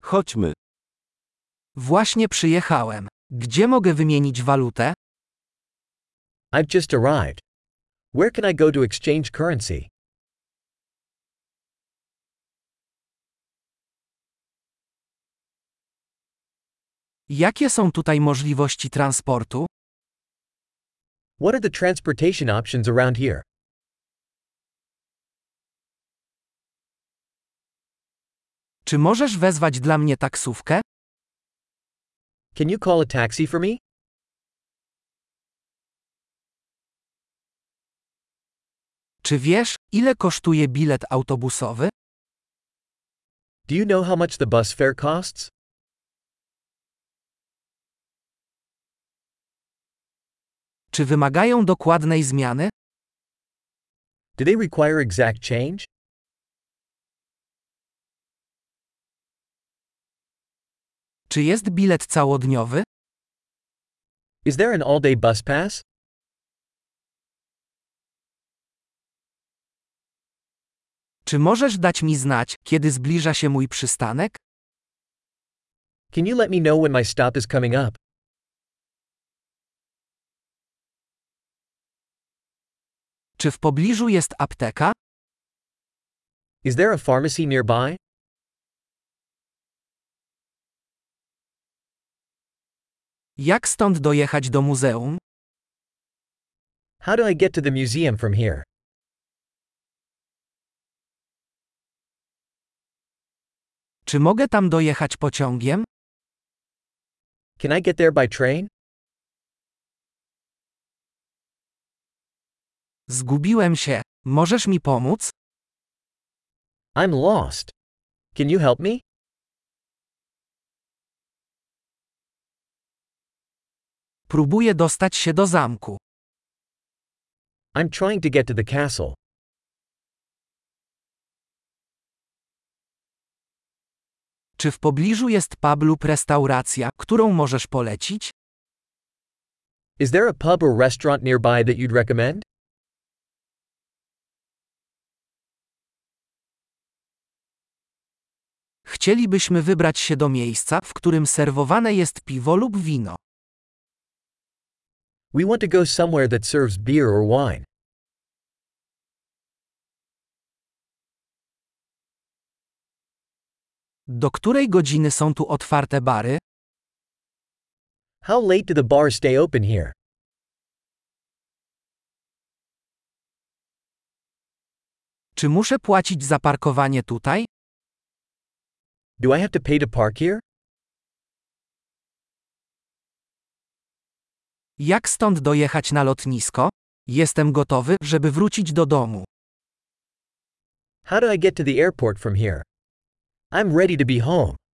Chodźmy. Właśnie przyjechałem. Gdzie mogę wymienić walutę? I've just arrived. Where can I go to exchange currency? Jakie są tutaj możliwości transportu? What are the transportation options around here? Czy możesz wezwać dla mnie taksówkę? Can you call a taxi for me? Czy wiesz, ile kosztuje bilet autobusowy? Do you know how much the bus fare costs? Czy wymagają dokładnej zmiany? Do they require exact change? Czy jest bilet całodniowy? Is there an all-day bus pass? Czy możesz dać mi znać, kiedy zbliża się mój przystanek? Can you let me know when my stop is coming up? Czy w pobliżu jest apteka? Is there a pharmacy nearby? Jak stąd dojechać do muzeum? How do I get to the museum from here? Czy mogę tam dojechać pociągiem? Can I get there by train? Zgubiłem się. Możesz mi pomóc? I'm lost. Can you help me? Próbuję dostać się do zamku. I'm trying to get to the castle. Czy w pobliżu jest pub lub restauracja, którą możesz polecić? Is there a pub or restaurant nearby that you'd recommend? Chcielibyśmy wybrać się do miejsca, w którym serwowane jest piwo lub wino. We want to go somewhere that serves beer or wine. Do której godziny są tu otwarte bary? How late do the bars stay open here? Czy muszę płacić za parkowanie tutaj? Do I have to pay to park here? Jak stąd dojechać na lotnisko? Jestem gotowy, żeby wrócić do domu. How do I get to the airport from here? I'm ready to be home.